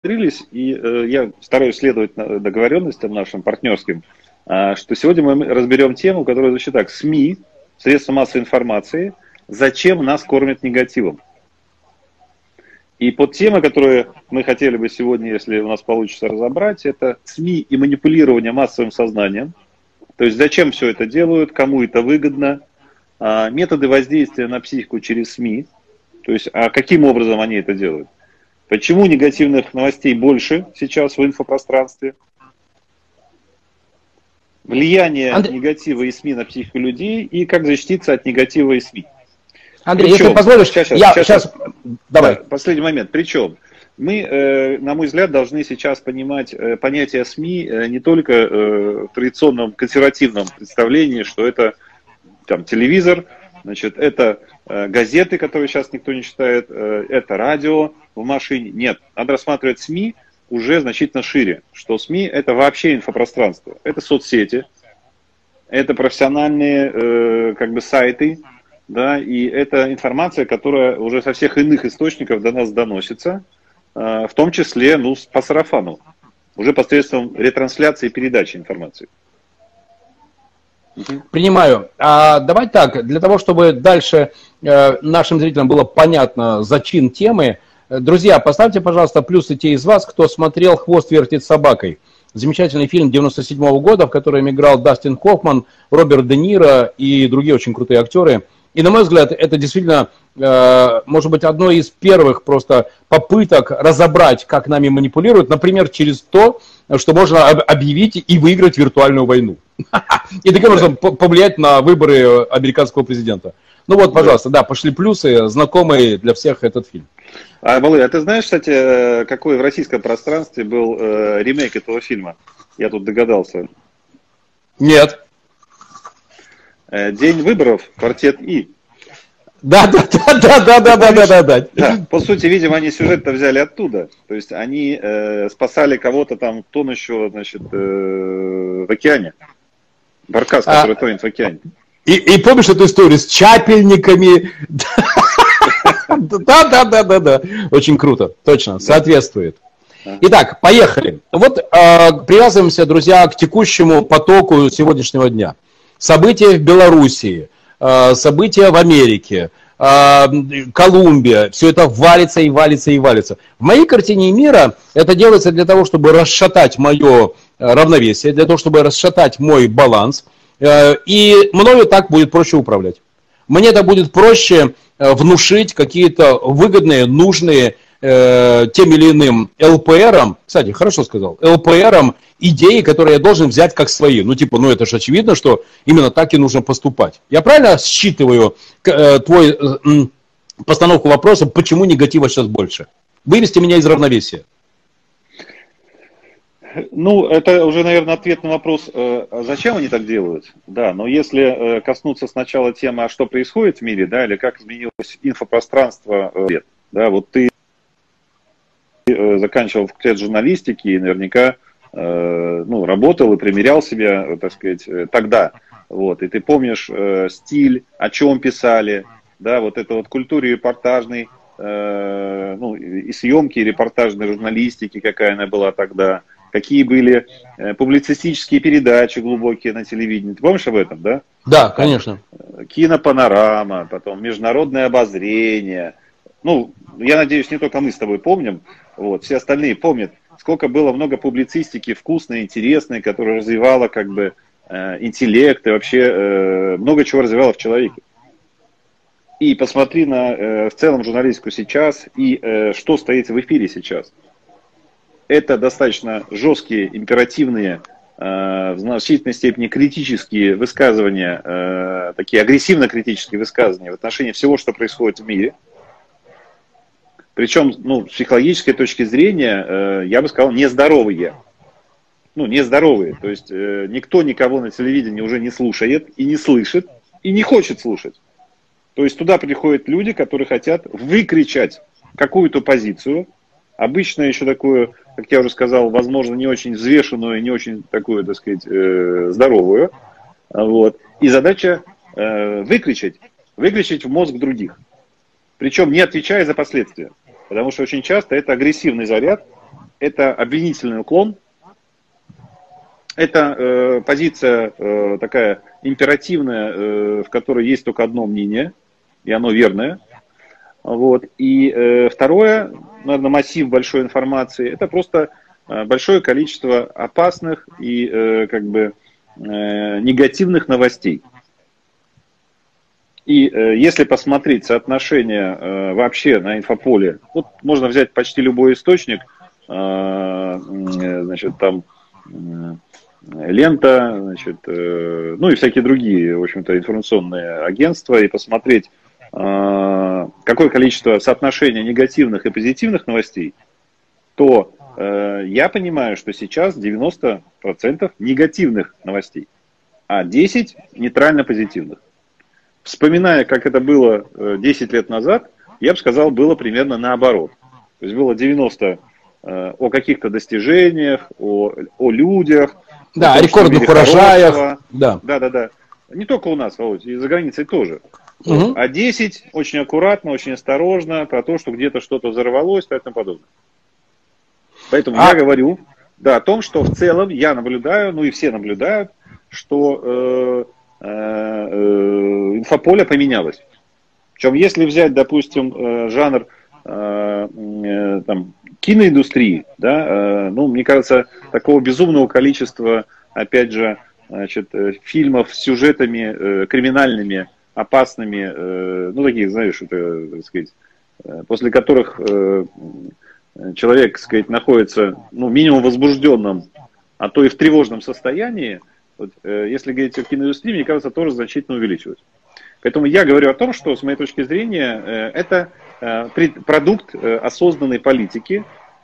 и я стараюсь следовать договоренностям нашим партнерским, что сегодня мы разберем тему, которая звучит так: СМИ, средства массовой информации, зачем нас кормят негативом. И подтема, которую мы хотели бы сегодня, если у нас получится разобрать, это СМИ и манипулирование массовым сознанием. То есть зачем все это делают, кому это выгодно, методы воздействия на психику через СМИ, то есть каким образом они это делают. Почему негативных новостей больше сейчас в инфопространстве? Влияние негатива и СМИ на психику людей и как защититься от негатива и СМИ. Андрей, если позволишь, сейчас. Давай. Да, последний момент. Причем мы, на мой взгляд, должны сейчас понимать понятие СМИ не только в традиционном консервативном представлении, что это там телевизор, значит, это газеты, которые сейчас никто не читает, это радио в машине. Нет, надо рассматривать СМИ уже значительно шире, что СМИ это вообще инфопространство, это соцсети, это профессиональные сайты, да, и это информация, которая уже со всех иных источников до нас доносится, в том числе, по сарафану, уже посредством ретрансляции и передачи информации. Принимаю. Давай так, для того, чтобы дальше нашим зрителям было понятно зачин темы, друзья, поставьте, пожалуйста, плюсы те из вас, кто смотрел «Хвост вертит собакой». Замечательный фильм 97-го года, в котором играл Дастин Хоффман, Роберт Де Ниро и другие очень крутые актеры. И, на мой взгляд, это действительно, может быть, одно из первых просто попыток разобрать, как нами манипулируют, например, через то, что можно объявить и выиграть виртуальную войну. И таким образом повлиять на выборы американского президента. Ну вот, пожалуйста, да, пошли плюсы, знакомый для всех этот фильм. Балуй, а ты знаешь, кстати, какой в российском пространстве был ремейк этого фильма? Я тут догадался. Нет. День выборов, квартет И. Да. По сути, видимо, они сюжет-то взяли оттуда. То есть они спасали кого-то там тонущего, значит, в океане. Баркас, который тонет в океане. И помнишь эту историю с чапельниками? Да. Очень круто, точно, соответствует. Итак, поехали. Вот привязываемся, друзья, к текущему потоку сегодняшнего дня. События в Белоруссии, события в Америке, Колумбия, все это валится и валится и валится. В моей картине мира это делается для того, чтобы расшатать мое равновесие, для того, чтобы расшатать мой баланс, и мною так будет проще управлять. Мне это будет проще внушить какие-то выгодные, нужные тем или иным ЛПРам, кстати, хорошо сказал, ЛПРам идеи, которые я должен взять как свои. Это же очевидно, что именно так и нужно поступать. Я правильно считываю твою постановку вопроса, почему негатива сейчас больше? Вывести меня из равновесия. Это уже, наверное, ответ на вопрос, зачем они так делают. Да, но если коснуться сначала темы, а что происходит в мире, да, или как изменилось инфопространство, да, вот ты заканчивал факультет журналистики и наверняка работал и примерял себя, так сказать, тогда. Вот, и ты помнишь стиль, о чем писали, да, вот это вот культуре репортажной, и съемки, и репортажной журналистики, какая она была тогда, какие были публицистические передачи глубокие на телевидении. Ты помнишь об этом, да? Да, конечно. Кинопанорама, потом международное обозрение. Я надеюсь, не только мы с тобой помним, вот, все остальные помнят, сколько было много публицистики вкусной, интересной, которая развивала интеллект и вообще много чего развивала в человеке. И посмотри на в целом журналистику сейчас и что стоит в эфире сейчас. Это достаточно жесткие, императивные, в значительной степени критические высказывания, такие агрессивно-критические высказывания в отношении всего, что происходит в мире. Причем, с психологической точки зрения, я бы сказал, нездоровые. Нездоровые. То есть, никто никого на телевидении уже не слушает и не слышит, и не хочет слушать. То есть, туда приходят люди, которые хотят выкричать какую-то позицию, обычно еще такую, как я уже сказал, возможно, не очень взвешенную, не очень такую, так сказать, здоровую. Вот. И задача выкричать в мозг других. Причем не отвечая за последствия. Потому что очень часто это агрессивный заряд, это обвинительный уклон, это позиция такая императивная, в которой есть только одно мнение, и оно верное. Вот. И второе, наверное, массив большой информации, это просто большое количество опасных и как бы негативных новостей. И если посмотреть соотношение вообще на инфополе, вот можно взять почти любой источник, значит, там Лента, значит, ну и всякие другие, в общем-то, информационные агентства, и посмотреть, какое количество соотношения негативных и позитивных новостей, то я понимаю, что сейчас 90% негативных новостей, а 10% нейтрально позитивных. Вспоминая, как это было 10 лет назад, я бы сказал, было примерно наоборот. То есть было 90% о каких-то достижениях, о людях. Да, о рекордных урожаях. Да. Не только у нас, Володь, и за границей тоже. Угу. А 10 очень аккуратно, очень осторожно про то, что где-то что-то взорвалось и тому подобное. Поэтому я говорю, да, о том, что в целом я наблюдаю, ну и все наблюдают, что инфополе поменялось. Причем, если взять, допустим, жанр там, киноиндустрии, да, ну, мне кажется, такого безумного количества, опять же, значит, фильмов с сюжетами криминальными, опасными, ну, таких, знаешь, это, так сказать, после которых человек, так сказать, находится, ну, минимум возбужденном, а то и в тревожном состоянии, вот, если говорить о киноиндустрии, мне кажется, тоже значительно увеличивается. Поэтому я говорю о том, что, с моей точки зрения, это продукт осознанной политики,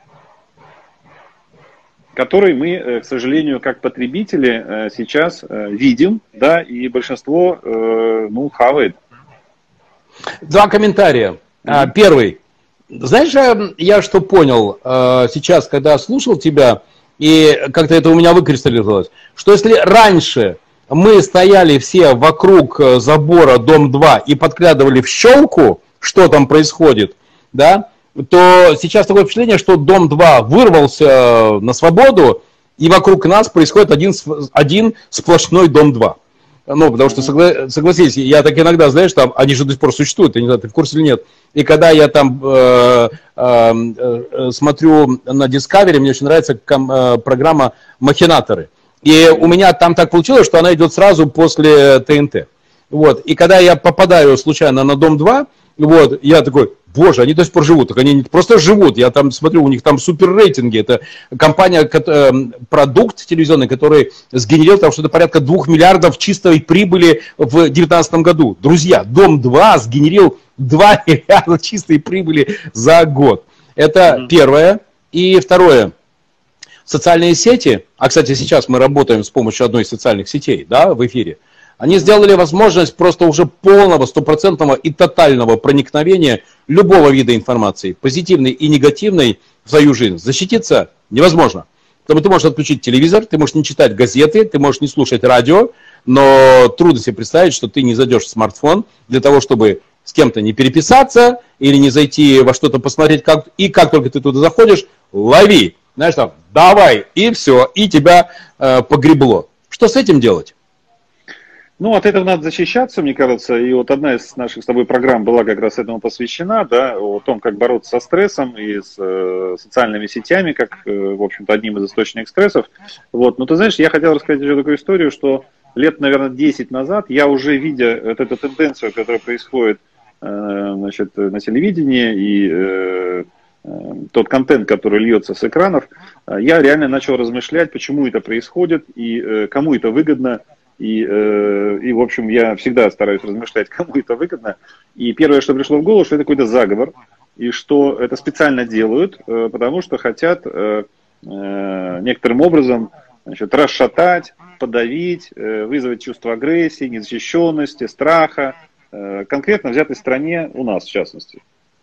который мы, к сожалению, как потребители сейчас видим, да, и большинство, ну, хавает. Два комментария. Первый. Знаешь, я что понял сейчас, когда слушал тебя, и как-то это у меня выкристаллизовалось, что если раньше мы стояли все вокруг забора Дом-2 и подглядывали в щелку, что там происходит, да, то сейчас такое впечатление, что Дом-2 вырвался на свободу, и вокруг нас происходит один сплошной Дом-2. Ну, потому что, согласись, я так иногда, знаешь, там, они же до сих пор существуют, я не знаю, ты в курсе или нет. И когда я там смотрю на Discovery, мне очень нравится программа «Махинаторы». И у меня там так получилось, что она идет сразу после ТНТ. Вот. И когда я попадаю случайно на Дом-2, вот, я такой, боже, они до сих пор живут. Так они не просто живут, я там смотрю, у них там супер рейтинги. Это компания, продукт телевизионный, который сгенерил там что-то порядка 2 миллиардов чистой прибыли в 2019 году. Друзья, Дом-2 сгенерил 2 миллиарда чистой прибыли за год. Это первое. И второе. Социальные сети, а, кстати, сейчас мы работаем с помощью одной из социальных сетей, да, в эфире, они сделали возможность просто уже полного, стопроцентного и тотального проникновения любого вида информации, позитивной и негативной, в свою жизнь. Защититься невозможно. Потому что ты можешь отключить телевизор, ты можешь не читать газеты, ты можешь не слушать радио, но трудно себе представить, что ты не зайдешь в смартфон для того, чтобы с кем-то не переписаться или не зайти во что-то посмотреть, и как только ты туда заходишь, лови. Знаешь, там, давай, и все, и тебя погребло. Что с этим делать? Ну, от этого надо защищаться, мне кажется, и вот одна из наших с тобой программ была как раз этому посвящена, да, о том, как бороться со стрессом и с социальными сетями, как, в общем-то, одним из источников стрессов. Вот, но ты знаешь, я хотел рассказать еще такую историю, что лет, наверное, 10 назад я уже, видя вот эту тенденцию, которая происходит, значит, на телевидении и тот контент, который льется с экранов, я реально начал размышлять, почему это происходит и кому это выгодно. И, в общем, я всегда стараюсь размышлять, кому это выгодно. И первое, что пришло в голову, что это какой-то заговор, и что это специально делают, потому что хотят некоторым образом, значит, расшатать, подавить, вызвать чувство агрессии, незащищенности, страха, конкретно взятой стране, у нас в частности.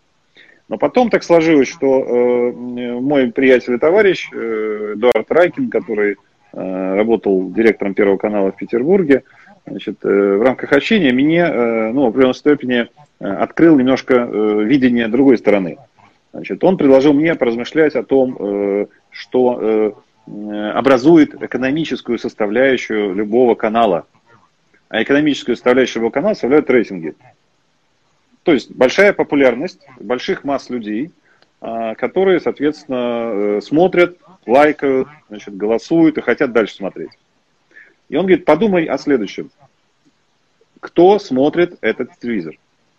Но потом так сложилось, что мой приятель и товарищ Эдуард Райкин, который работал директором Первого канала в Петербурге, значит, в рамках общения мне, ну, в определенной степени открыл немножко видение другой стороны. Значит, он предложил мне поразмышлять о том, что образует экономическую составляющую любого канала. А экономическую составляющую любого канала составляют рейтинги. То есть большая популярность больших масс людей, которые, соответственно, смотрят, лайкают, значит, голосуют и хотят дальше смотреть. И он говорит, подумай о следующем. Кто смотрит этот телевизор?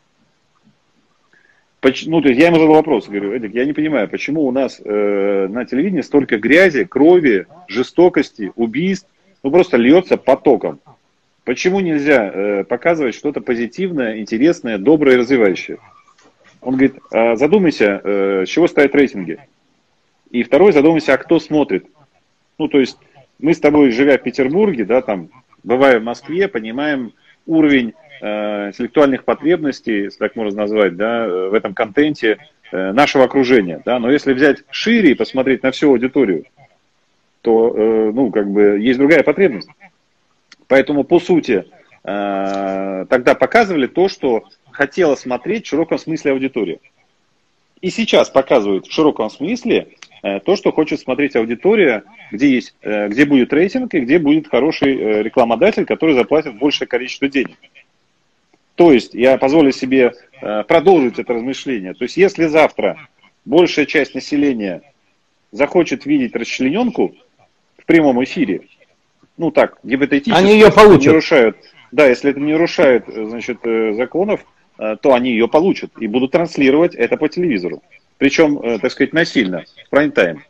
Ну, то есть я ему задал вопрос, говорю, Эдик, я не понимаю, почему у нас на телевидении столько грязи, крови, жестокости, убийств, ну просто льется потоком. Почему нельзя показывать что-то позитивное, интересное, доброе и развивающее? Он говорит, задумайся, с чего ставят рейтинги. И второй, задумайся, а кто смотрит. Ну, то есть мы с тобой, живя в Петербурге, да, там, бывая в Москве, понимаем уровень интеллектуальных потребностей, если так можно назвать, да, в этом контенте нашего окружения. Да. Но если взять шире и посмотреть на всю аудиторию, то, ну, как бы, есть другая потребность. Поэтому, по сути, тогда показывали то, что хотела смотреть в широком смысле аудитория. И сейчас показывают в широком смысле то, что хочет смотреть аудитория, где будет рейтинг и где будет хороший рекламодатель, который заплатит большее количество денег. То есть, я позволю себе продолжить это размышление. То есть, если завтра большая часть населения захочет видеть расчлененку в прямом эфире, ну так, гипотетически, они ее получат. Не нарушают, да, если это не нарушает, значит, законов, то они ее получат и будут транслировать это по телевизору. Причем, так сказать, насильно, в прайм-тайм.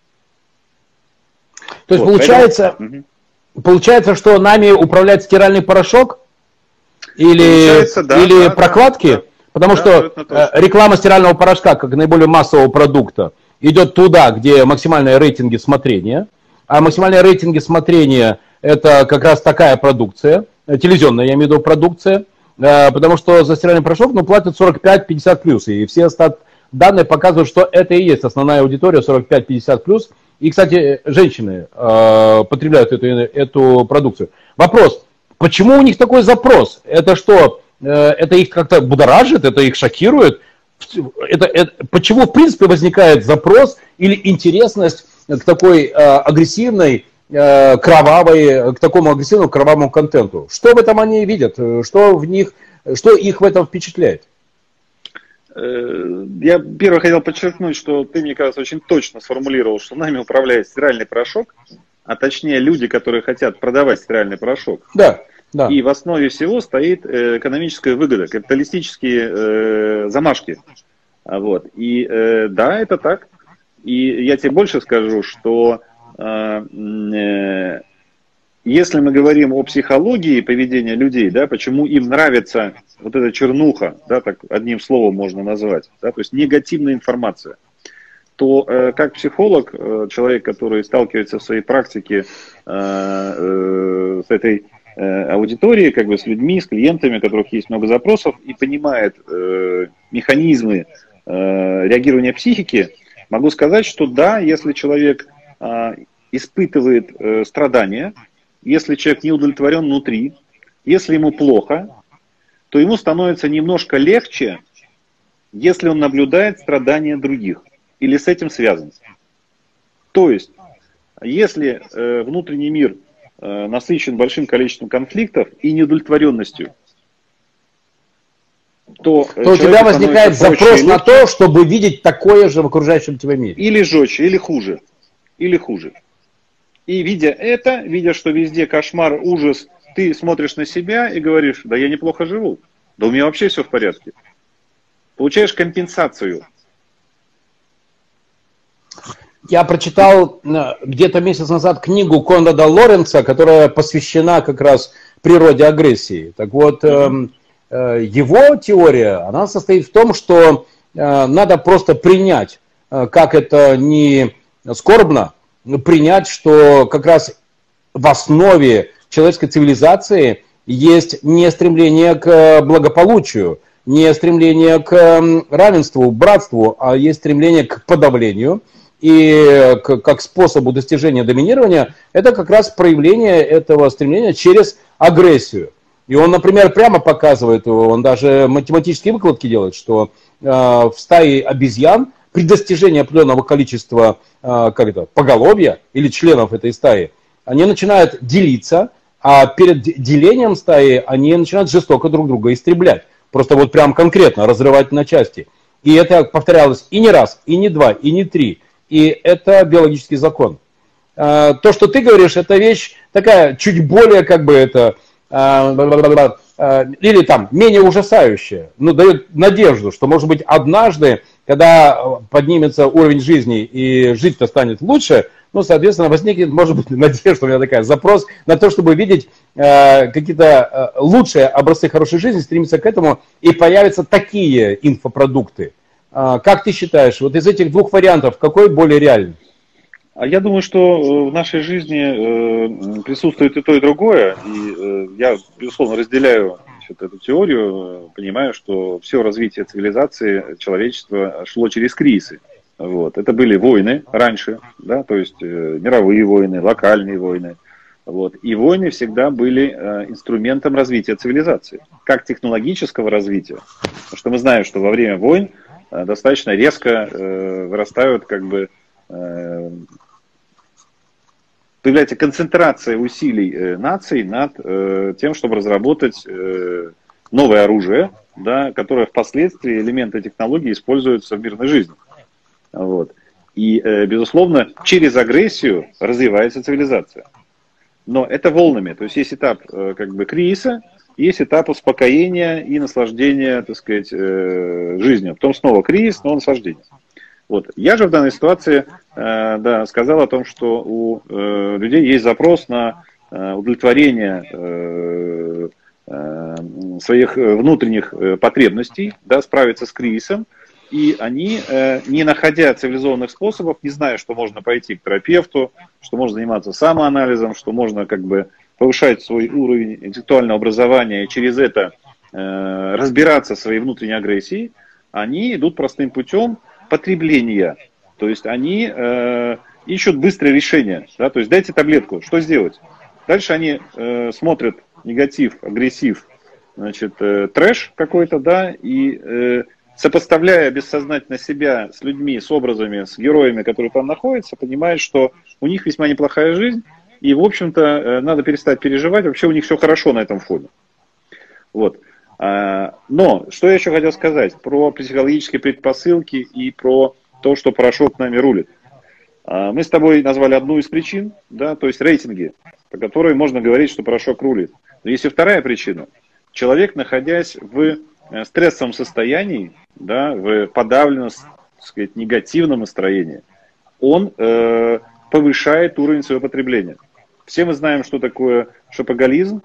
То есть, вот, получается, что нами управляет стиральный порошок? Или прокладки? Да. Потому что реклама стирального порошка, как наиболее массового продукта, идет туда, где максимальные рейтинги смотрения. А максимальные рейтинги смотрения – это как раз такая продукция, телевизионная, я имею в виду, продукция. Потому что за стиральный порошок платят 45-50 плюс. И все данные показывают, что это и есть основная аудитория 45-50 плюс. И, кстати, женщины потребляют эту продукцию. Вопрос. Почему у них такой запрос? Это что, это их как-то будоражит, это их шокирует? Почему, в принципе, возникает запрос или интересность к такой агрессивной, кровавой, к такому агрессивному, кровавому контенту? Что в этом они видят? Что их в этом впечатляет? Я первое хотел подчеркнуть, что ты, мне кажется, очень точно сформулировал, что нами управляет стиральный порошок, а точнее люди, которые хотят продавать стиральный порошок. Да, да. И в основе всего стоит экономическая выгода, капиталистические замашки. Вот. И да, это так. И я тебе больше скажу, что если мы говорим о психологии поведения людей, да, почему им нравится вот эта чернуха, да, так одним словом можно назвать, да, то есть негативная информация, то как психолог, человек, который сталкивается в своей практике с этой аудиторией, как бы с людьми, с клиентами, у которых есть много запросов, и понимает механизмы реагирования психики, могу сказать, что да, если человек испытывает страдания, если человек не удовлетворен внутри, если ему плохо, то ему становится немножко легче, если он наблюдает страдания других или с этим связан. То есть, если внутренний мир насыщен большим количеством конфликтов и неудовлетворенностью, то у тебя возникает запрос на то, чтобы видеть такое же в окружающем тебя мире. Или жестче, или хуже. Или хуже. И видя это, видя, что везде кошмар, ужас, ты смотришь на себя и говоришь, да я неплохо живу, да у меня вообще все в порядке. Получаешь компенсацию. Я прочитал где-то месяц назад книгу Конрада Лоренца, которая посвящена как раз природе агрессии. Так вот, его теория, она состоит в том, что надо просто принять, как это не скорбно, принять, что как раз в основе человеческой цивилизации есть не стремление к благополучию, не стремление к равенству, братству, а есть стремление к подавлению. И как способу достижения доминирования, это как раз проявление этого стремления через агрессию. И он, например, прямо показывает, он даже математические выкладки делает, что в стае обезьян при достижении определенного количества поголовья или членов этой стаи, они начинают делиться, а перед делением стаи они начинают жестоко друг друга истреблять. Просто вот прям конкретно разрывать на части. И это повторялось и не раз, и не два, и не три. И это биологический закон. То, что ты говоришь, это вещь такая чуть более или там менее ужасающая, но дает надежду, что может быть однажды, когда поднимется уровень жизни и жить-то станет лучше, соответственно, возникнет, может быть, надежда, у меня такая, запрос на то, чтобы видеть какие-то лучшие образцы хорошей жизни, стремиться к этому, и появятся такие инфопродукты. Как ты считаешь, вот из этих двух вариантов, какой более реальный? Я думаю, что в нашей жизни присутствует и то, и другое. И я, безусловно, разделяю эту теорию, понимаю, что все развитие цивилизации, человечества шло через кризисы. Вот. Это были войны раньше, да, то есть мировые войны, локальные войны. Вот. И войны всегда были инструментом развития цивилизации, как технологического развития. Потому что мы знаем, что во время войн достаточно резко вырастают появляется концентрация усилий наций над тем, чтобы разработать новое оружие, да, которое впоследствии элементы технологии используются в мирной жизни. Вот. И, безусловно, через агрессию развивается цивилизация. Но это волнами. То есть есть этап кризиса, есть этап успокоения и наслаждения, так сказать, жизнью. Потом снова кризис, снова наслаждение. Вот. Я же в данной ситуации сказал о том, что у людей есть запрос на удовлетворение своих внутренних потребностей, да, справиться с кризисом, и они, не находя цивилизованных способов, не зная, что можно пойти к терапевту, что можно заниматься самоанализом, что можно повышать свой уровень интеллектуального образования и через это разбираться в своей внутренней агрессией, они идут простым путем потребления. То есть они ищут быстрое решение. Да? То есть дайте таблетку, что сделать? Дальше они смотрят негатив, агрессив, трэш какой-то, да, и сопоставляя бессознательно себя с людьми, с образами, с героями, которые там находятся, понимают, что у них весьма неплохая жизнь, и, в общем-то, надо перестать переживать, вообще у них все хорошо на этом фоне. Вот. Но, что я еще хотел сказать про психологические предпосылки и про то, что порошок нами рулит. Мы с тобой назвали одну из причин, да, то есть рейтинги, по которой можно говорить, что порошок рулит. Но есть и вторая причина. Человек, находясь в стрессовом состоянии, да, в подавленном, так сказать, негативном настроении, он повышает уровень своего потребления. Все мы знаем, что такое шопоголизм,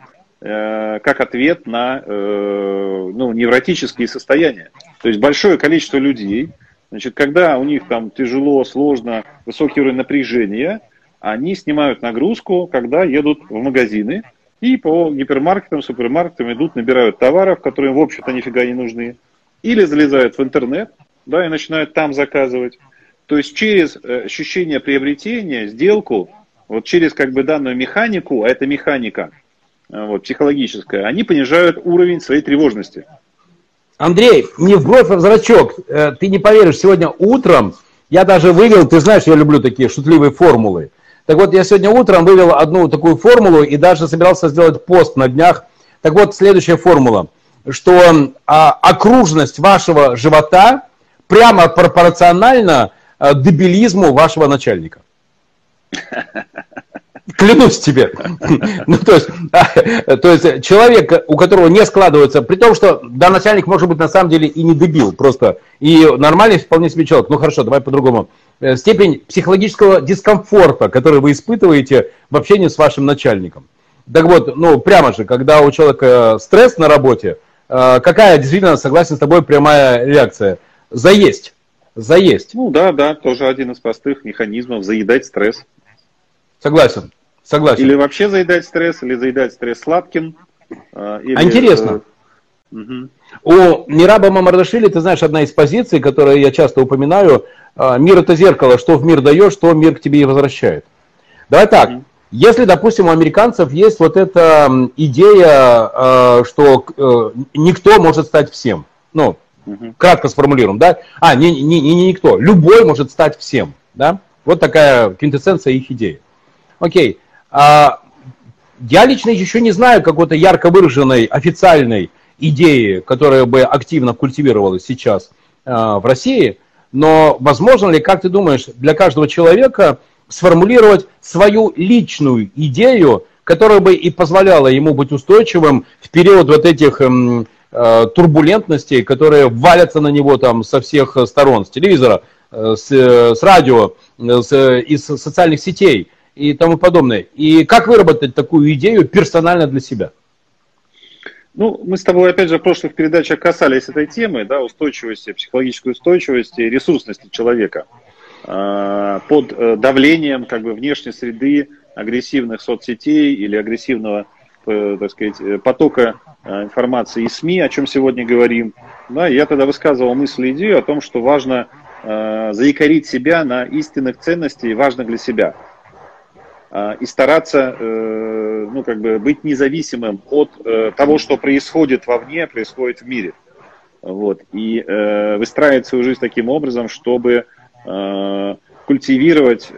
как ответ на невротические состояния. То есть большое количество людей, когда у них там тяжело, сложно, высокий уровень напряжения, они снимают нагрузку, когда едут в магазины и по гипермаркетам, супермаркетам идут, набирают товаров, которые им, в общем-то, нифига не нужны. Или залезают в интернет, да, и начинают там заказывать. То есть через ощущение приобретения, сделку, вот через данную механику, а это механика психологическая, они понижают уровень своей тревожности. Андрей, не в бровь, а в зрачок. Ты не поверишь, сегодня утром я даже вывел, ты знаешь, я люблю такие шутливые формулы. Так вот, я сегодня утром вывел одну такую формулу и даже собирался сделать пост на днях. Так вот, следующая формула, что окружность вашего живота прямо пропорциональна дебилизму вашего начальника. Клянусь тебе. То есть человек, у которого не складывается, при том, что да, начальник может быть на самом деле и не дебил, просто и нормальный вполне себе человек. Ну хорошо, давай по-другому. Степень психологического дискомфорта, который вы испытываете в общении с вашим начальником. Так вот, прямо же, когда у человека стресс на работе, какая действительно, согласен с тобой, прямая реакция? Заесть. Заесть. Да, тоже один из простых механизмов заедать стресс. Согласен. Или вообще заедать стресс, или заедать стресс сладким. Интересно. У Мираба Мамардашвили, ты знаешь, одна из позиций, которую я часто упоминаю, мир это зеркало, что в мир даешь, что мир к тебе и возвращает. Давай так, если, допустим, у американцев есть вот эта идея, что никто может стать всем. Кратко сформулируем, да? Не никто. Любой может стать всем, да? Вот такая квинтэссенция их идеи. Окей. Я лично еще не знаю какой-то ярко выраженной официальной идеи, которая бы активно культивировалась сейчас в России, но возможно ли, как ты думаешь, для каждого человека сформулировать свою личную идею, которая бы и позволяла ему быть устойчивым в период вот этих турбулентностей, которые валятся на него там со всех сторон, с телевизора, с радио, из социальных сетей и тому подобное. И как выработать такую идею персонально для себя? Ну, мы с тобой, опять же, в прошлых передачах касались этой темы, да, устойчивости, психологической устойчивости, ресурсности человека под давлением как бы внешней среды, агрессивных соцсетей или агрессивного, так сказать, потока информации из СМИ, о чем сегодня говорим. Да, я тогда высказывал мысль и идею о том, что важно заикарить себя на истинных ценностях, важных для себя. И стараться ну, как бы быть независимым от того, что происходит вовне, происходит в мире. Вот. И выстраивать свою жизнь таким образом, чтобы культивировать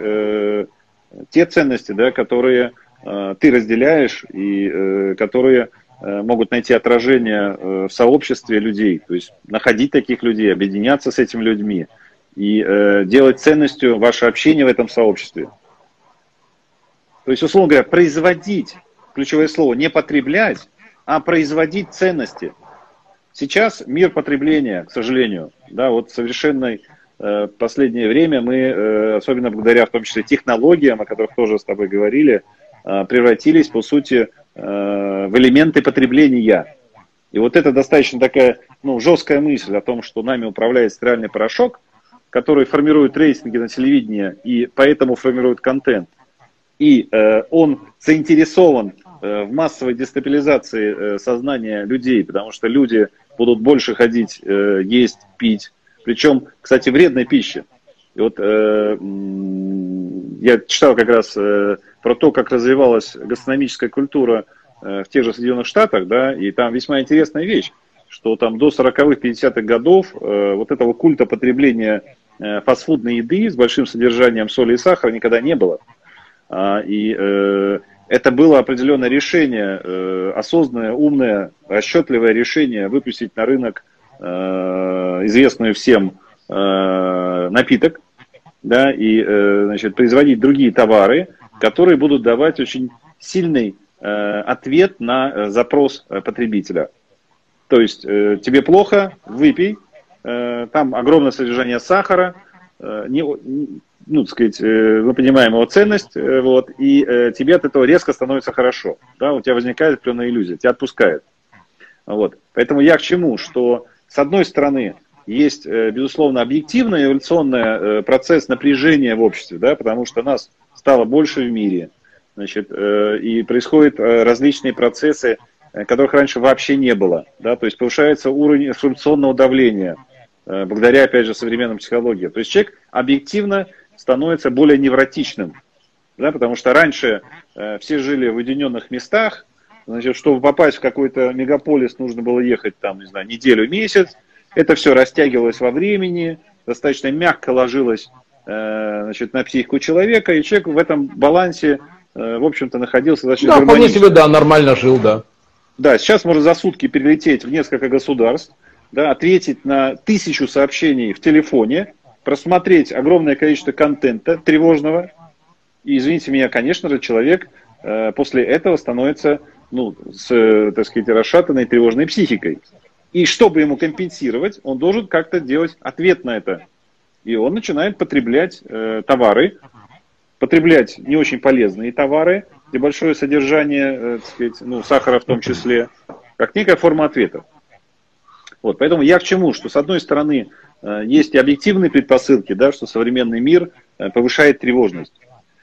те ценности, да, которые ты разделяешь и которые могут найти отражение в сообществе людей. То есть находить таких людей, объединяться с этими людьми и делать ценностью ваше общение в этом сообществе. То есть, условно говоря, производить, ключевое слово, не потреблять, а производить ценности. Сейчас мир потребления, к сожалению, да, вот совершенно в последнее время мы, особенно благодаря в том числе технологиям, о которых тоже с тобой говорили, превратились, по сути, в элементы потребления. И вот это достаточно такая, ну, жесткая мысль о том, что нами управляет стиральный порошок, который формирует рейтинги на телевидении и поэтому формирует контент. И он заинтересован в массовой дестабилизации сознания людей, потому что люди будут больше ходить, есть, пить. Причем, кстати, вредной пищи. И вот я читал как раз про то, как развивалась гастрономическая культура в тех же Соединенных Штатах, да, и там весьма интересная вещь, что там до 40-х, 50-х годов вот этого культа потребления фастфудной еды с большим содержанием соли и сахара никогда не было. И это было определенное решение, осознанное, умное, расчетливое решение выпустить на рынок известную всем напиток, да, и значит, производить другие товары, которые будут давать очень сильный ответ на запрос потребителя. То есть тебе плохо, выпей, там огромное содержание сахара, ну, так сказать, мы понимаем его ценность, вот, и тебе от этого резко становится хорошо, да, у тебя возникает определенная иллюзия, тебя отпускает. Вот. Поэтому я к чему, что с одной стороны есть, безусловно, объективный эволюционный процесс напряжения в обществе, да, потому что нас стало больше в мире, значит, и происходят различные процессы, которых раньше вообще не было, да, то есть повышается уровень информационного давления, благодаря, опять же, современным психологии. То есть человек объективно становится более невротичным, да, потому что раньше все жили в уединенных местах, значит, чтобы попасть в какой-то мегаполис, нужно было ехать там, не знаю, неделю, месяц, это все растягивалось во времени, достаточно мягко ложилось, значит, на психику человека, и человек в этом балансе, в общем-то, находился достаточно гармонично. Да, вполне себе, да, нормально жил, да. Да, сейчас можно за сутки перелететь в несколько государств, да, ответить на 1000 сообщений в телефоне, просмотреть огромное количество контента тревожного. И, извините меня, конечно же, человек после этого становится, ну, с, так сказать, расшатанной тревожной психикой. И чтобы ему компенсировать, он должен как-то делать ответ на это. И он начинает потреблять товары, потреблять не очень полезные товары, где большое содержание, так сказать, ну, сахара в том числе, как некая форма ответа. Вот, поэтому я к чему? Что с одной стороны есть и объективные предпосылки, да, что современный мир повышает тревожность.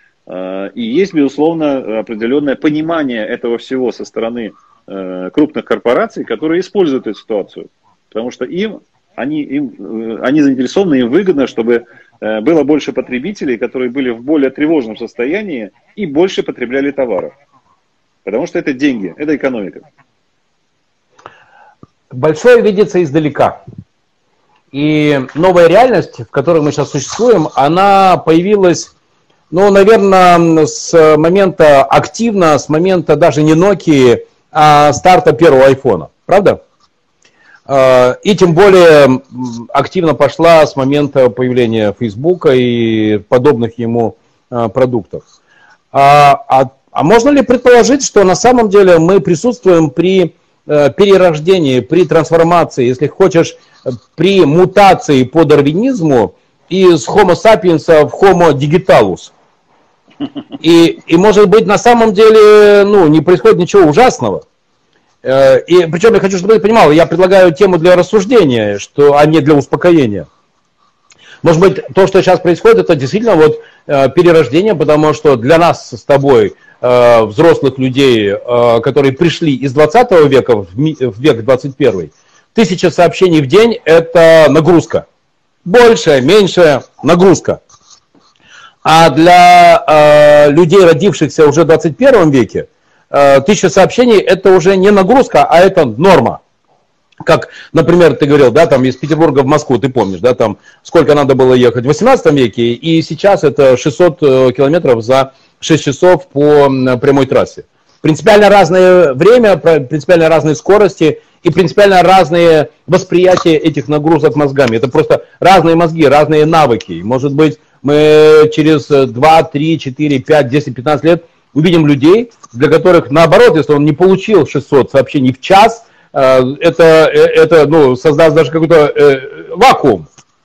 И есть, безусловно, определенное понимание этого всего со стороны крупных корпораций, которые используют эту ситуацию. Потому что они заинтересованы, им выгодно, чтобы было больше потребителей, которые были в более тревожном состоянии и больше потребляли товаров. Потому что это деньги, это экономика. Большое видится издалека. И новая реальность, в которой мы сейчас существуем, она появилась, ну, наверное, с момента активно, с момента даже не Nokia, а старта первого айфона. Правда? И тем более активно пошла с момента появления Фейсбука и подобных ему продуктов. А можно ли предположить, что на самом деле мы присутствуем при перерождении, при трансформации, если хочешь, при мутации по дарвинизму из Homo sapiens в Homo digitalus? И может быть, на самом деле, ну, не происходит ничего ужасного. И причем я хочу, чтобы ты понимал, я предлагаю тему для рассуждения, а не для успокоения. Может быть, то, что сейчас происходит, это действительно вот перерождение, потому что для нас с тобой, взрослых людей, которые пришли из 20 века в век 21, 1000 сообщений в день – это нагрузка. Большая, меньшая нагрузка. А для людей, родившихся уже в 21 веке, 1000 сообщений – это уже не нагрузка, а это норма. Как, например, ты говорил, да, там из Петербурга в Москву, ты помнишь, да, там сколько надо было ехать в 18 веке, и сейчас это 600 километров за 6 часов по прямой трассе. Принципиально разное время, принципиально разные скорости и принципиально разные восприятия этих нагрузок мозгами. Это просто разные мозги, разные навыки. Может быть, мы через 2, 3, 4, 5, 10, 15 лет увидим людей, для которых, наоборот, если он не получил 600 сообщений в час, это ну, создаст даже какой-то вакуум.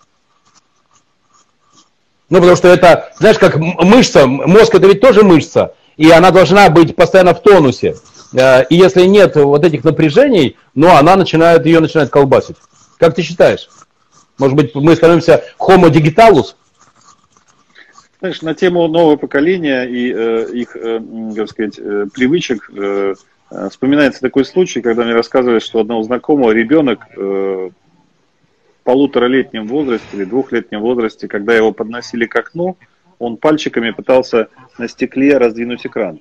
Ну, потому что это, знаешь, как мышца, мозг это ведь тоже мышца, и она должна быть постоянно в тонусе. И если нет вот этих напряжений, ну, ее начинает колбасить. Как ты считаешь? Может быть, мы становимся Homo digitalus? Знаешь, на тему нового поколения и их, как сказать, привычек вспоминается такой случай, когда мне рассказывали, что у одного знакомого ребенок в 1,5-летнем возрасте или 2-летнем возрасте, когда его подносили к окну, он пальчиками пытался на стекле раздвинуть экран.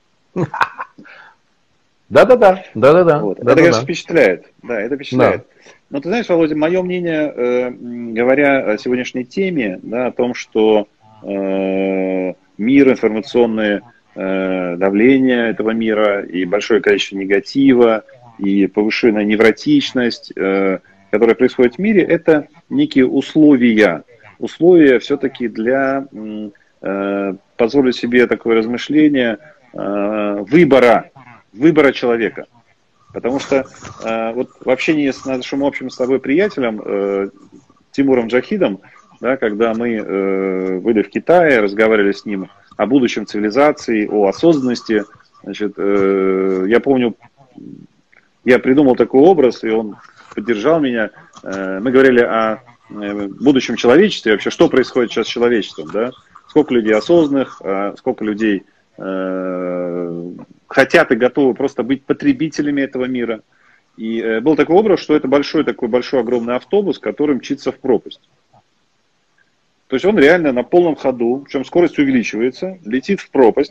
Да-да-да. Вот. Это, конечно, впечатляет. Да, это впечатляет. Да. Но ты знаешь, Володя, мое мнение, говоря о сегодняшней теме, да, о том, что мир, информационное давление этого мира и большое количество негатива и повышенная невротичность, которая происходит в мире, это некие условия все-таки для, позволю себе такое размышление, выбора человека. Потому что вот в общении с нашим общим с тобой приятелем Тимуром Джахидом, да, когда мы были в Китае, разговаривали с ним о будущем цивилизации, о осознанности, значит, я помню, я придумал такой образ, и он поддержал меня. Мы говорили о будущем человечестве, вообще, что происходит сейчас с человечеством, да? Сколько людей осознанных, сколько людей хотят и готовы просто быть потребителями этого мира. И был такой образ, что это большой огромный автобус, который мчится в пропасть. То есть он реально на полном ходу, причем скорость увеличивается, летит в пропасть.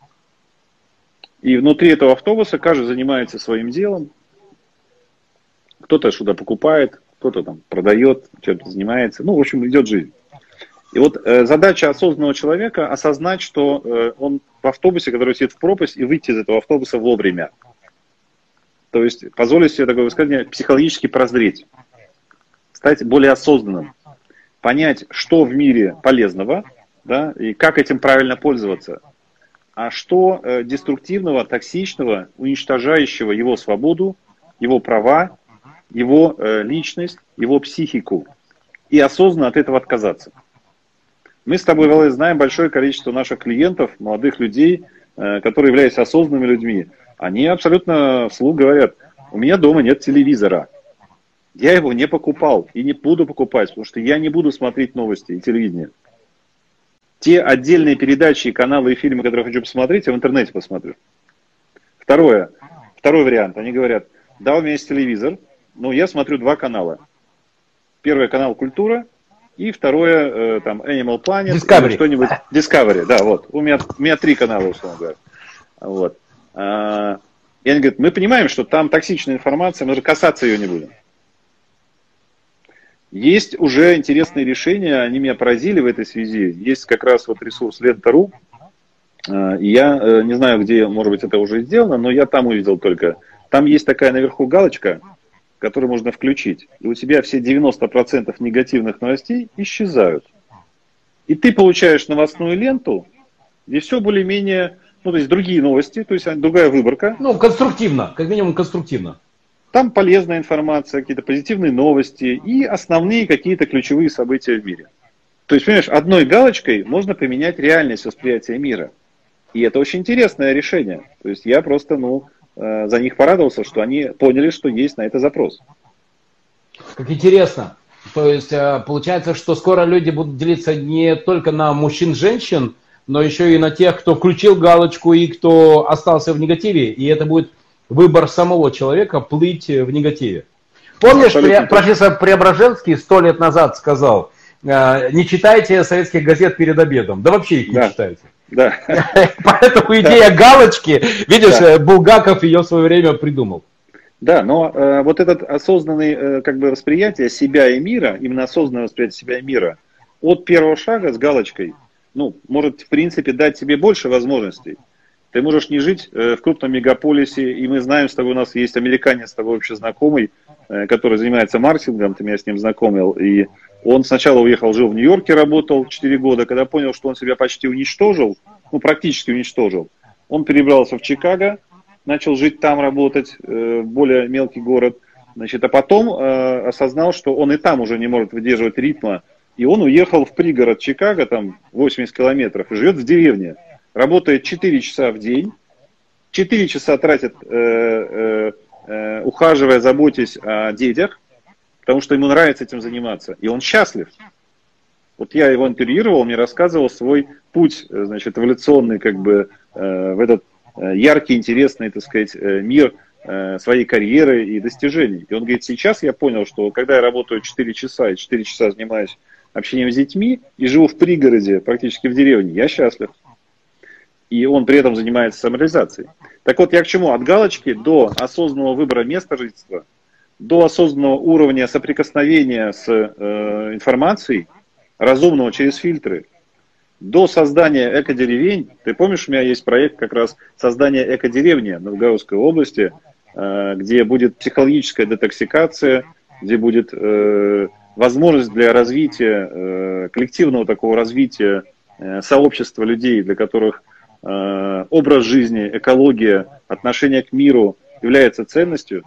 И внутри этого автобуса каждый занимается своим делом. Кто-то что-то покупает, кто-то там продает, чем-то занимается. Ну, в общем, идет жизнь. И вот задача осознанного человека осознать, что он в автобусе, который сидит в пропасть, и выйти из этого автобуса вовремя. То есть позволить себе такое высказывание психологически прозреть, стать более осознанным, понять, что в мире полезного, да, и как этим правильно пользоваться, а что деструктивного, токсичного, уничтожающего его свободу, его права, его личность, его психику, и осознанно от этого отказаться. Мы с тобой, Володя, знаем большое количество наших клиентов, молодых людей, которые являются осознанными людьми. Они абсолютно вслух говорят: у меня дома нет телевизора. Я его не покупал и не буду покупать, потому что я не буду смотреть новости и телевидение. Те отдельные передачи, каналы и фильмы, которые я хочу посмотреть, я в интернете посмотрю. Второй вариант. Они говорят: да, у меня есть телевизор, но я смотрю 2 канала. Первый канал «Культура», и второе, там, Animal Planet, Discovery. Или что-нибудь. Discovery, да, вот. У меня 3 канала, условно говоря. Вот. И они говорят: мы понимаем, что там токсичная информация, мы же касаться ее не будем. Есть уже интересные решения, они меня поразили в этой связи. Есть как раз вот ресурс Лента.ру. И я не знаю, где, может быть, это уже сделано, но я там увидел только. Там есть такая наверху галочка, которую можно включить. И у тебя все 90% негативных новостей исчезают. И ты получаешь новостную ленту, где все более-менее, ну, то есть другие новости, то есть другая выборка. Ну, конструктивно, как минимум конструктивно. Там полезная информация, какие-то позитивные новости и основные какие-то ключевые события в мире. То есть, понимаешь, одной галочкой можно поменять реальность восприятия мира. И это очень интересное решение. То есть я просто, за них порадовался, что они поняли, что есть на это запрос. Как интересно. То есть получается, что скоро люди будут делиться не только на мужчин-женщин, но еще и на тех, кто включил галочку и кто остался в негативе. И это будет выбор самого человека плыть в негативе. Помнишь, профессор Преображенский 100 лет назад сказал, не читайте советских газет перед обедом. Да вообще их не читайте. Да. Поэтому идея галочки, видишь, Булгаков ее в свое время придумал. Да, но вот этот осознанный восприятие себя и мира, именно осознанное восприятие себя и мира, от первого шага с галочкой, может в принципе дать тебе больше возможностей. Ты можешь не жить в крупном мегаполисе, и мы знаем с тобой, у нас есть американец с тобой общий знакомый, который занимается маркетингом, ты меня с ним знакомил, и он сначала уехал, жил в Нью-Йорке, работал 4 года, когда понял, что он себя почти уничтожил, практически уничтожил, он перебрался в Чикаго, начал жить там, работать, более мелкий город, а потом осознал, что он и там уже не может выдерживать ритма, и он уехал в пригород Чикаго, там 80 километров, и живет в деревне. Работает 4 часа в день, 4 часа тратит, ухаживая, заботясь о детях, потому что ему нравится этим заниматься, и он счастлив. Вот я его интервьюировал, он мне рассказывал свой путь, эволюционный, в этот яркий, интересный, мир своей карьеры и достижений. И он говорит, сейчас я понял, что когда я работаю 4 часа, и 4 часа занимаюсь общением с детьми, и живу в пригороде, практически в деревне, я счастлив. И он при этом занимается самореализацией. Так вот, я к чему? От галочки до осознанного выбора места жительства, до осознанного уровня соприкосновения с информацией, разумного через фильтры, до создания экодеревень. Ты помнишь, у меня есть проект как раз создания экодеревни в Новгородской области, где будет психологическая детоксикация, где будет возможность для развития, коллективного такого развития сообщества людей, для которых образ жизни, экология, отношение к миру является ценностью.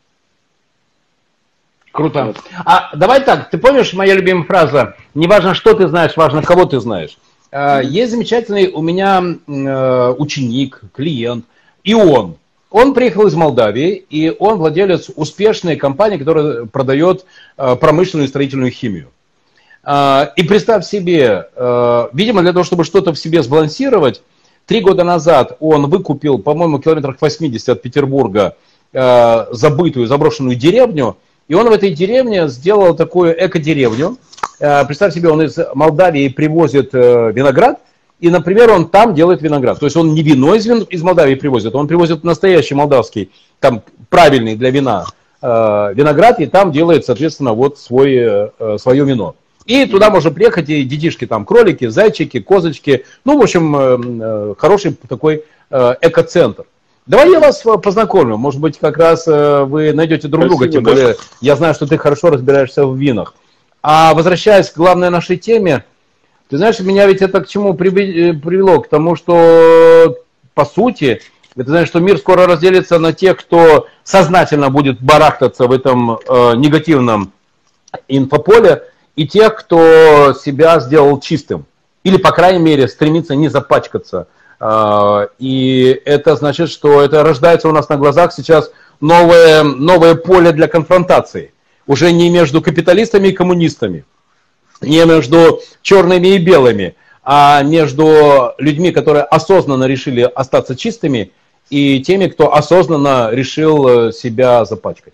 Круто. Вот. А давай так, ты помнишь моя любимая фраза, не важно, что ты знаешь, важно, кого ты знаешь. Есть замечательный у меня ученик, клиент, Ион. Он приехал из Молдавии, и он владелец успешной компании, которая продает промышленную строительную химию. И представь себе, видимо, для того, чтобы что-то в себе сбалансировать, 3 года назад он выкупил, по-моему, километрах 80 от Петербурга забытую, заброшенную деревню, и он в этой деревне сделал такую эко-деревню. Представь себе, он из Молдавии привозит виноград, и, например, он там делает виноград. То есть он не вино из Молдавии привозит, он привозит настоящий молдавский, там правильный для вина виноград, и там делает, соответственно, вот свое вино. И туда можно приехать, и детишки там, кролики, зайчики, козочки. Ну, в общем, хороший такой экоцентр. Давай я вас познакомлю. Может быть, как раз вы найдете друг друга, тем более я знаю, что ты хорошо разбираешься в винах. А возвращаясь к главной нашей теме, ты знаешь, меня ведь это к чему привело? К тому, что, по сути, ты знаешь, что мир скоро разделится на тех, кто сознательно будет барахтаться в этом негативном инфополе, и тех, кто себя сделал чистым. Или, по крайней мере, стремится не запачкаться. И это значит, что это рождается у нас на глазах сейчас новое поле для конфронтации. Уже не между капиталистами и коммунистами, не между черными и белыми, а между людьми, которые осознанно решили остаться чистыми, и теми, кто осознанно решил себя запачкать.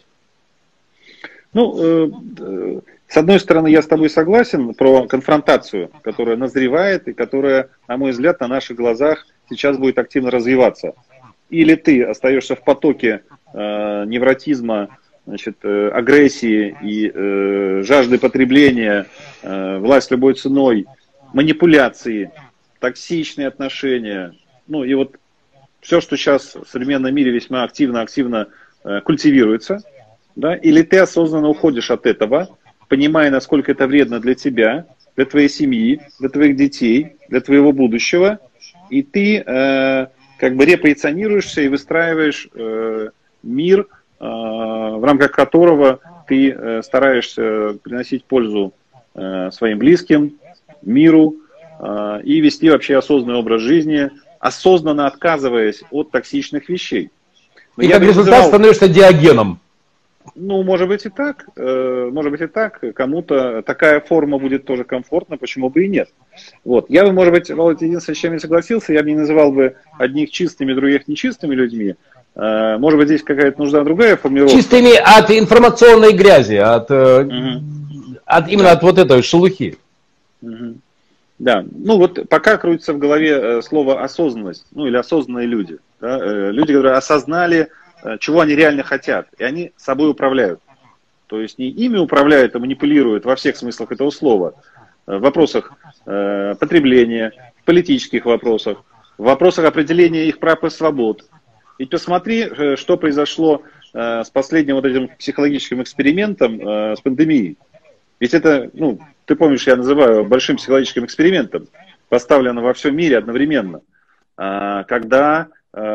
С одной стороны, я с тобой согласен про конфронтацию, которая назревает и которая, на мой взгляд, на наших глазах сейчас будет активно развиваться. Или ты остаешься в потоке невротизма, значит, агрессии и жажды потребления, власть любой ценой, манипуляции, токсичные отношения, ну и вот все, что сейчас в современном мире весьма активно культивируется, да, или ты осознанно уходишь от этого, понимая, насколько это вредно для тебя, для твоей семьи, для твоих детей, для твоего будущего, и ты как бы репозиционируешься и выстраиваешь мир, в рамках которого ты стараешься приносить пользу своим близким, миру и вести вообще осознанный образ жизни, осознанно отказываясь от токсичных вещей. Но и как результат становишься Диогеном. Ну, может быть и так. Кому-то такая форма будет тоже комфортна, почему бы и нет. Вот. Я бы, может быть, Володя, единственное, с чем я согласился, я бы не называл бы одних чистыми, других нечистыми людьми. Может быть, здесь какая-то нужна другая формулировка. Чистыми от информационной грязи, именно от вот этой шелухи. Да, ну вот пока крутится в голове слово осознанность, ну или осознанные люди. Да? Люди, которые осознали, чего они реально хотят, и они собой управляют. То есть не ими управляют, а манипулируют во всех смыслах этого слова. В вопросах потребления, в политических вопросах, в вопросах определения их прав и свобод. Ведь посмотри, что произошло с последним вот этим психологическим экспериментом с пандемией. Ведь это, ну, ты помнишь, я называю большим психологическим экспериментом, поставлено во всем мире одновременно, когда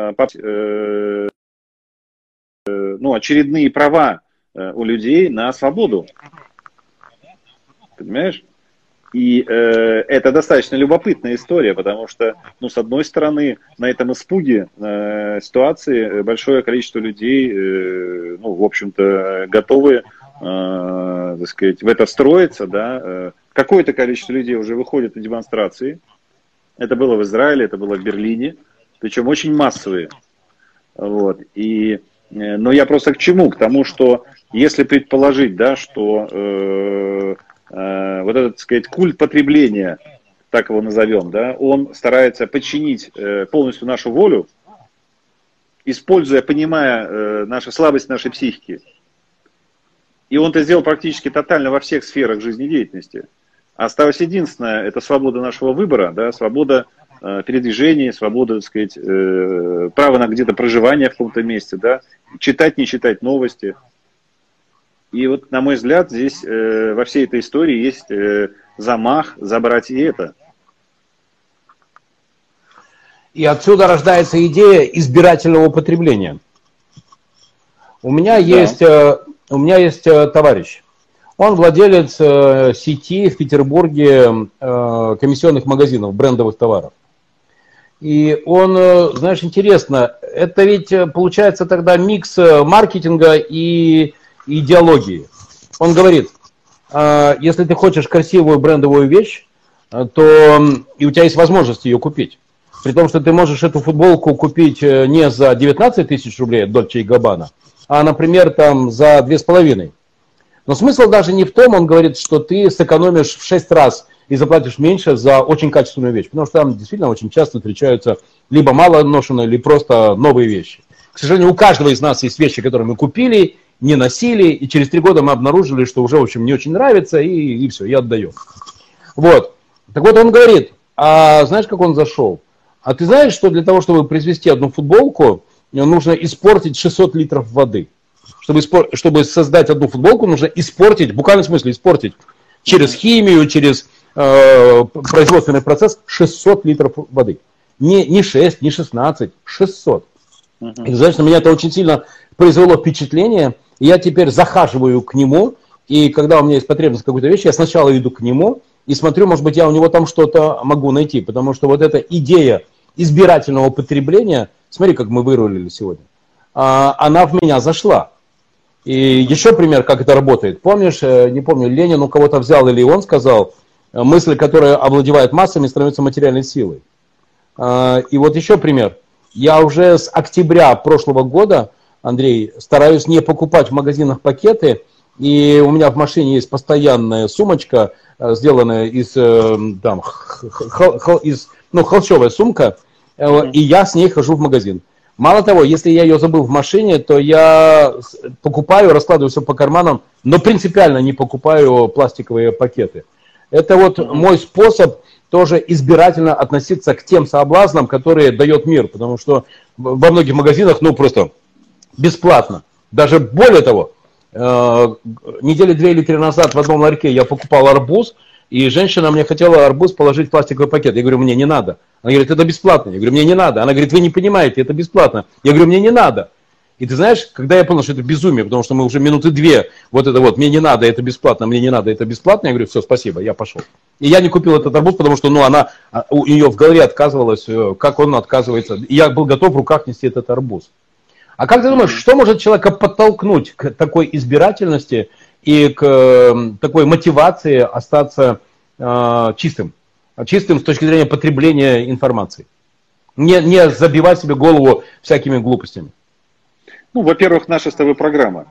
очередные права у людей на свободу. Понимаешь? И это достаточно любопытная история, потому что, ну, с одной стороны, на этом испуге ситуации большое количество людей, ну, в общем-то, готовы, так сказать, в это встроиться, да. Какое-то количество людей уже выходит на демонстрации. Это было в Израиле, это было в Берлине, причем очень массовые. Вот. Но я просто к чему? К тому, что если предположить, да, что вот этот, так сказать, культ потребления, так его назовем, да, он старается подчинить полностью нашу волю, используя, понимая наши слабости нашей психики. И он это сделал практически тотально во всех сферах жизнедеятельности. Осталось единственное, это свобода нашего выбора, да, свобода передвижения, свобода, так сказать, право на где-то проживание в каком-то месте, да, читать, не читать новости. И вот, на мой взгляд, здесь во всей этой истории есть замах забрать и это. И отсюда рождается идея избирательного потребления. У меня есть товарищ. Он владелец сети в Петербурге комиссионных магазинов, брендовых товаров. И он, знаешь, интересно, это ведь получается тогда микс маркетинга и идеологии. Он говорит, если ты хочешь красивую брендовую вещь, то и у тебя есть возможность ее купить. При том, что ты можешь эту футболку купить не за 19 тысяч рублей от Dolce & Gabbana, а, например, там за 2,5. Но смысл даже не в том, он говорит, что ты сэкономишь в 6 раз и заплатишь меньше за очень качественную вещь. Потому что там действительно очень часто встречаются либо мало ношеные, либо просто новые вещи. К сожалению, у каждого из нас есть вещи, которые мы купили, не носили, и через 3 года мы обнаружили, что уже, в общем, не очень нравится, и все, я отдаю. Вот. Так вот, он говорит, а знаешь, как он зашел? А ты знаешь, что для того, чтобы произвести одну футболку, нужно испортить 600 литров воды. Чтобы создать одну футболку, нужно испортить, в буквальном смысле испортить, через химию, через производственный процесс 600 литров воды. Не 6, не 16, 600. И, знаешь, на меня это очень сильно произвело впечатление. И я теперь захаживаю к нему, и когда у меня есть потребность в какой-то вещи, я сначала иду к нему и смотрю, может быть, я у него там что-то могу найти. Потому что вот эта идея избирательного потребления, смотри, как мы вырулили сегодня, она в меня зашла. И еще пример, как это работает. Помнишь, не помню, Ленин у кого-то взял или он сказал, мысль, которая овладевает массами, становится материальной силой. И вот еще пример. Я уже с октября прошлого года, Андрей, стараюсь не покупать в магазинах пакеты. И у меня в машине есть постоянная сумочка, сделанная из холщовая сумка. И я с ней хожу в магазин. Мало того, если я ее забыл в машине, то я покупаю, раскладываю все по карманам, но принципиально не покупаю пластиковые пакеты. Это вот мой способ тоже избирательно относиться к тем соблазнам, которые дает мир, потому что во многих магазинах, ну, просто бесплатно. Даже более того, недели 2 или 3 назад в одном ларьке я покупал арбуз, и женщина мне хотела арбуз положить в пластиковый пакет. Я говорю, мне не надо. Она говорит, это бесплатно. Я говорю, мне не надо. Она говорит, вы не понимаете, это бесплатно. Я говорю, мне не надо. И ты знаешь, когда я понял, что это безумие, потому что мы уже минуты 2, вот это вот, мне не надо, это бесплатно, мне не надо, это бесплатно, я говорю, все, спасибо, я пошел. И я не купил этот арбуз, потому что, ну, у нее в голове отказывалась, как он отказывается. И я был готов в руках нести этот арбуз. А как ты думаешь, что может человека подтолкнуть к такой избирательности и к такой мотивации остаться чистым? Чистым с точки зрения потребления информации. Не забивать себе голову всякими глупостями. Ну, во-первых, наша с тобой программа.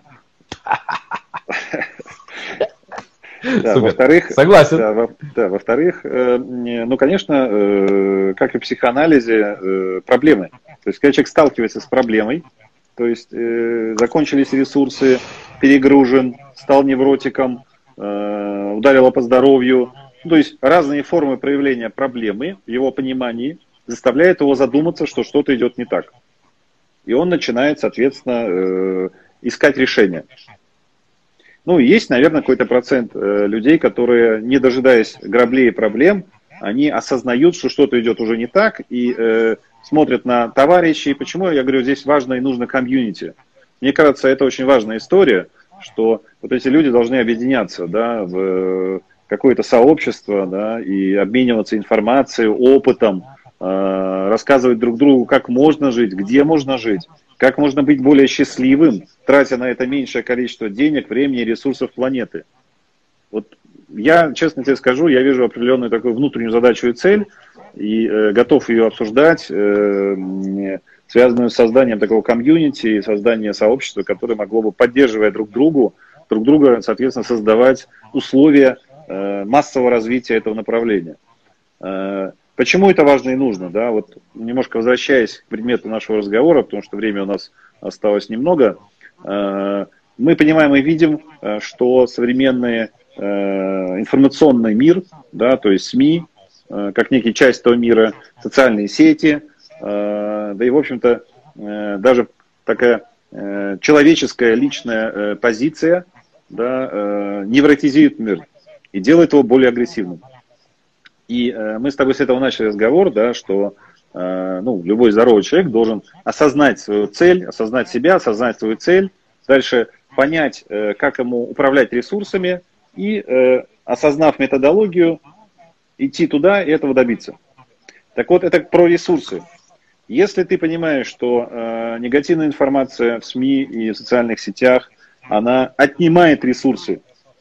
Во-вторых, согласен. Во-вторых, ну, конечно, как и в психоанализе, проблемы. То есть, когда человек сталкивается с проблемой, то есть закончились ресурсы, перегружен, стал невротиком, ударило по здоровью. То есть разные формы проявления проблемы в его понимании заставляют его задуматься, что что-то идет не так. И он начинает, соответственно, искать решения. Ну, есть, наверное, какой-то процент людей, которые, не дожидаясь граблей и проблем, они осознают, что что-то идет уже не так, и смотрят на товарищей. Почему, я говорю, здесь важно и нужно комьюнити. Мне кажется, это очень важная история, что вот эти люди должны объединяться, да, в какое-то сообщество, да, и обмениваться информацией, опытом, рассказывать друг другу, как можно жить, где можно жить, как можно быть более счастливым, тратя на это меньшее количество денег, времени и ресурсов планеты. Вот я, честно тебе скажу, я вижу определенную такую внутреннюю задачу и цель, и готов ее обсуждать, связанную с созданием такого комьюнити, созданием сообщества, которое могло бы, поддерживая друг друга, соответственно, создавать условия массового развития этого направления. Почему это важно и нужно? Да? Вот немножко возвращаясь к предмету нашего разговора, потому что время у нас осталось немного, мы понимаем и видим, что современный информационный мир, да, то есть СМИ, как некий часть этого мира, социальные сети, да и, в общем-то, даже такая человеческая личная позиция, да, невротизирует мир и делает его более агрессивным. И мы с тобой с этого начали разговор, да, что ну, любой здоровый человек должен осознать свою цель, осознать себя, осознать свою цель, дальше понять, как ему управлять ресурсами и, осознав методологию, идти туда и этого добиться. Так вот, это про ресурсы. Если ты понимаешь, что негативная информация в СМИ и в социальных сетях, она отнимает ресурсы,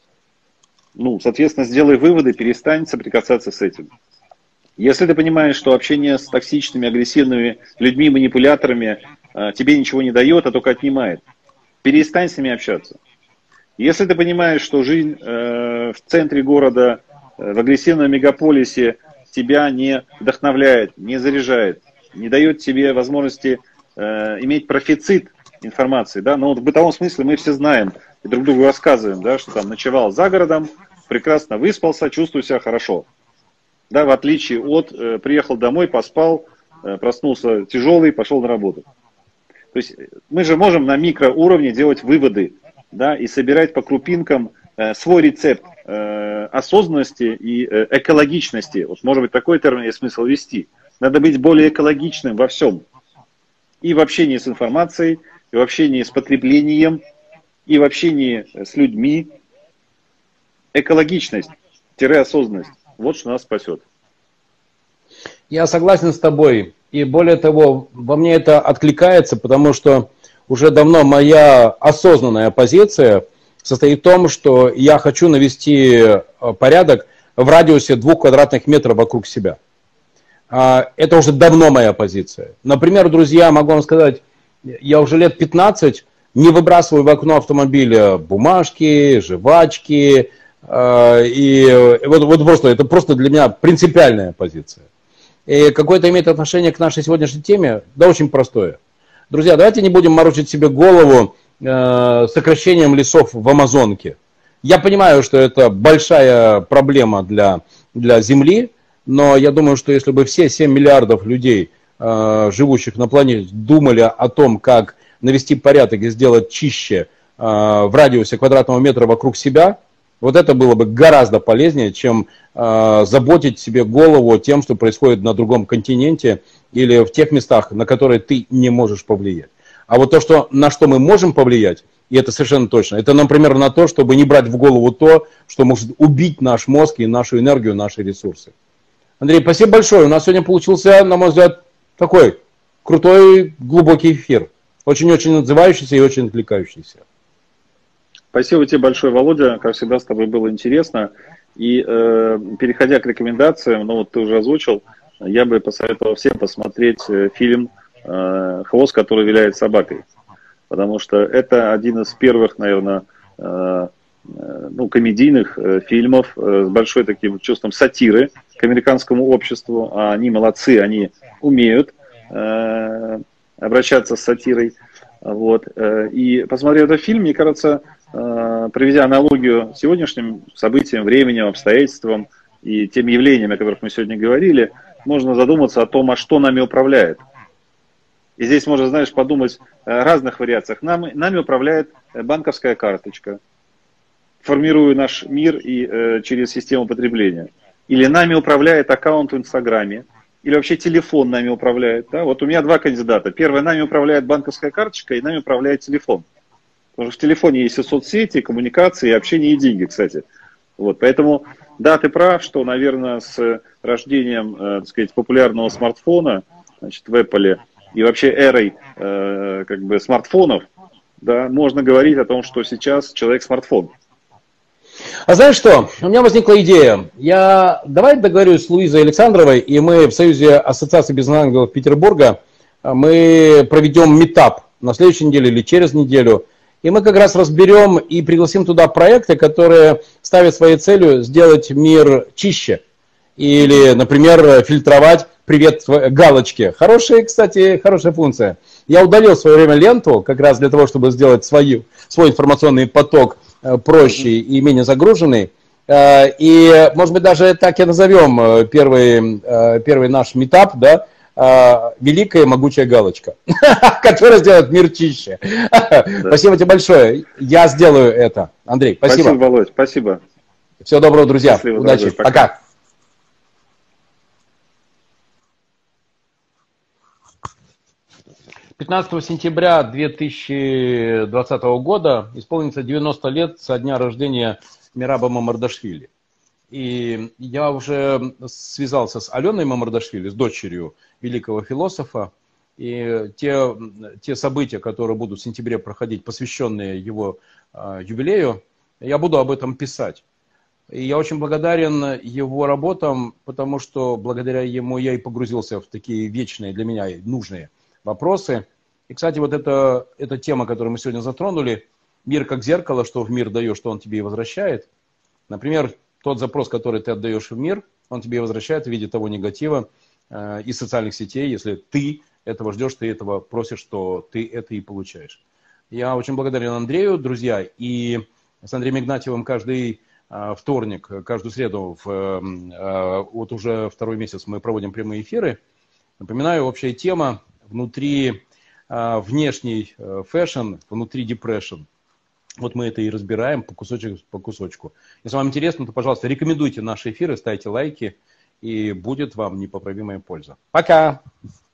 ну, соответственно, сделай выводы, перестань соприкасаться с этим. Если ты понимаешь, что общение с токсичными, агрессивными людьми, манипуляторами тебе ничего не дает, а только отнимает, перестань с ними общаться. Если ты понимаешь, что жизнь в центре города, в агрессивном мегаполисе тебя не вдохновляет, не заряжает, не дает тебе возможности иметь профицит информации, да, но вот в бытовом смысле мы все знаем и друг другу рассказываем, да, что там ночевал за городом, прекрасно выспался, чувствую себя хорошо. Да, в отличие от приехал домой, поспал, проснулся тяжелый, пошел на работу. То есть мы же можем на микроуровне делать выводы, да, и собирать по крупинкам свой рецепт осознанности и экологичности. Вот, может быть, такой термин есть смысл ввести. Надо быть более экологичным во всем. И в общении с информацией, и в общении с потреблением, и в общении с людьми. Экологичность-осознанность. Вот что нас спасет. Я согласен с тобой. И более того, во мне это откликается, потому что уже давно моя осознанная позиция состоит в том, что я хочу навести порядок в радиусе 2 квадратных метров вокруг себя. Это уже давно моя позиция. Например, друзья, могу вам сказать, я уже лет 15 не выбрасываю в окно автомобиля бумажки, жвачки. И вот просто, это просто для меня принципиальная позиция. И какое-то имеет отношение к нашей сегодняшней теме? Да очень простое. Друзья, давайте не будем морочить себе голову сокращением лесов в Амазонке. Я понимаю, что это большая проблема для Земли, но я думаю, что если бы все 7 миллиардов людей, живущих на планете, думали о том, как навести порядок и сделать чище в радиусе квадратного метра вокруг себя, вот это было бы гораздо полезнее, чем заботить себе голову тем, что происходит на другом континенте или в тех местах, на которые ты не можешь повлиять. А вот то, на что мы можем повлиять, и это совершенно точно, это, например, на то, чтобы не брать в голову то, что может убить наш мозг и нашу энергию, наши ресурсы. Андрей, спасибо большое. У нас сегодня получился, на мой взгляд, такой крутой, глубокий эфир. Очень-очень отзывающийся и очень отвлекающийся. Спасибо тебе большое, Володя. Как всегда, с тобой было интересно. И переходя к рекомендациям, ну вот ты уже озвучил, я бы посоветовал всем посмотреть фильм «Хвост, который виляет собакой». Потому что это один из первых, наверное, комедийных фильмов с большой таким чувством сатиры к американскому обществу. А они молодцы, они умеют обращаться с сатирой. Вот. И посмотрев этот фильм, мне кажется, проведя аналогию с сегодняшним событиям, временем, обстоятельствам и тем явлениям, о которых мы сегодня говорили, можно задуматься о том, а что нами управляет. И здесь можно, знаешь, подумать о разных вариациях. Нами управляет банковская карточка, формируя наш мир и через систему потребления. Или нами управляет аккаунт в Инстаграме, или вообще телефон нами управляет. Да? Вот у меня два кандидата. Первое, нами управляет банковская карточка, и нами управляет телефон. Потому что в телефоне есть и соцсети, и коммуникации, и общение, и деньги, кстати. Вот, поэтому, да, ты прав, что, наверное, с рождением, так сказать, популярного смартфона, значит, в Apple, и вообще эрой смартфонов, да, можно говорить о том, что сейчас человек смартфон. А знаешь что? У меня возникла идея. Давай договорюсь с Луизой Александровой, и мы в Союзе Ассоциации бизнес-ангелов Петербурга мы проведем митап на следующей неделе или через неделю. И мы как раз разберем и пригласим туда проекты, которые ставят своей целью сделать мир чище. Или, например, фильтровать привет галочки. Хорошая функция. Я удалил в свое время ленту, как раз для того, чтобы сделать свой информационный поток проще и менее загруженный. И, может быть, даже так и назовем первый наш митап, да, великая могучая галочка, которая сделает мир чище. Спасибо тебе большое. Я сделаю это. Андрей, спасибо. Спасибо, Володь, спасибо. Всего доброго, друзья. Счастливо, удачи. Дорогой. Пока. 15 сентября 2020 года исполнится 90 лет со дня рождения Мераба Мамардашвили. И я уже связался с Аленой Мамардашвили, с дочерью великого философа. И те события, которые будут в сентябре проходить, посвященные его юбилею, я буду об этом писать. И я очень благодарен его работам, потому что благодаря ему я и погрузился в такие вечные для меня нужные вопросы. И, кстати, вот эта тема, которую мы сегодня затронули, мир как зеркало, что в мир даешь, что он тебе и возвращает. Например, тот запрос, который ты отдаешь в мир, он тебе и возвращает в виде того негатива из социальных сетей. Если ты этого ждешь, ты этого просишь, то ты это и получаешь. Я очень благодарен Андрею, друзья, и с Андреем Игнатьевым каждый вторник, каждую среду, вот уже второй месяц мы проводим прямые эфиры. Напоминаю, общая тема внутри внешний фэшн, внутри депрессион. Вот мы это и разбираем по кусочку. Если вам интересно, то, пожалуйста, рекомендуйте наши эфиры, ставьте лайки, и будет вам непоправимая польза. Пока!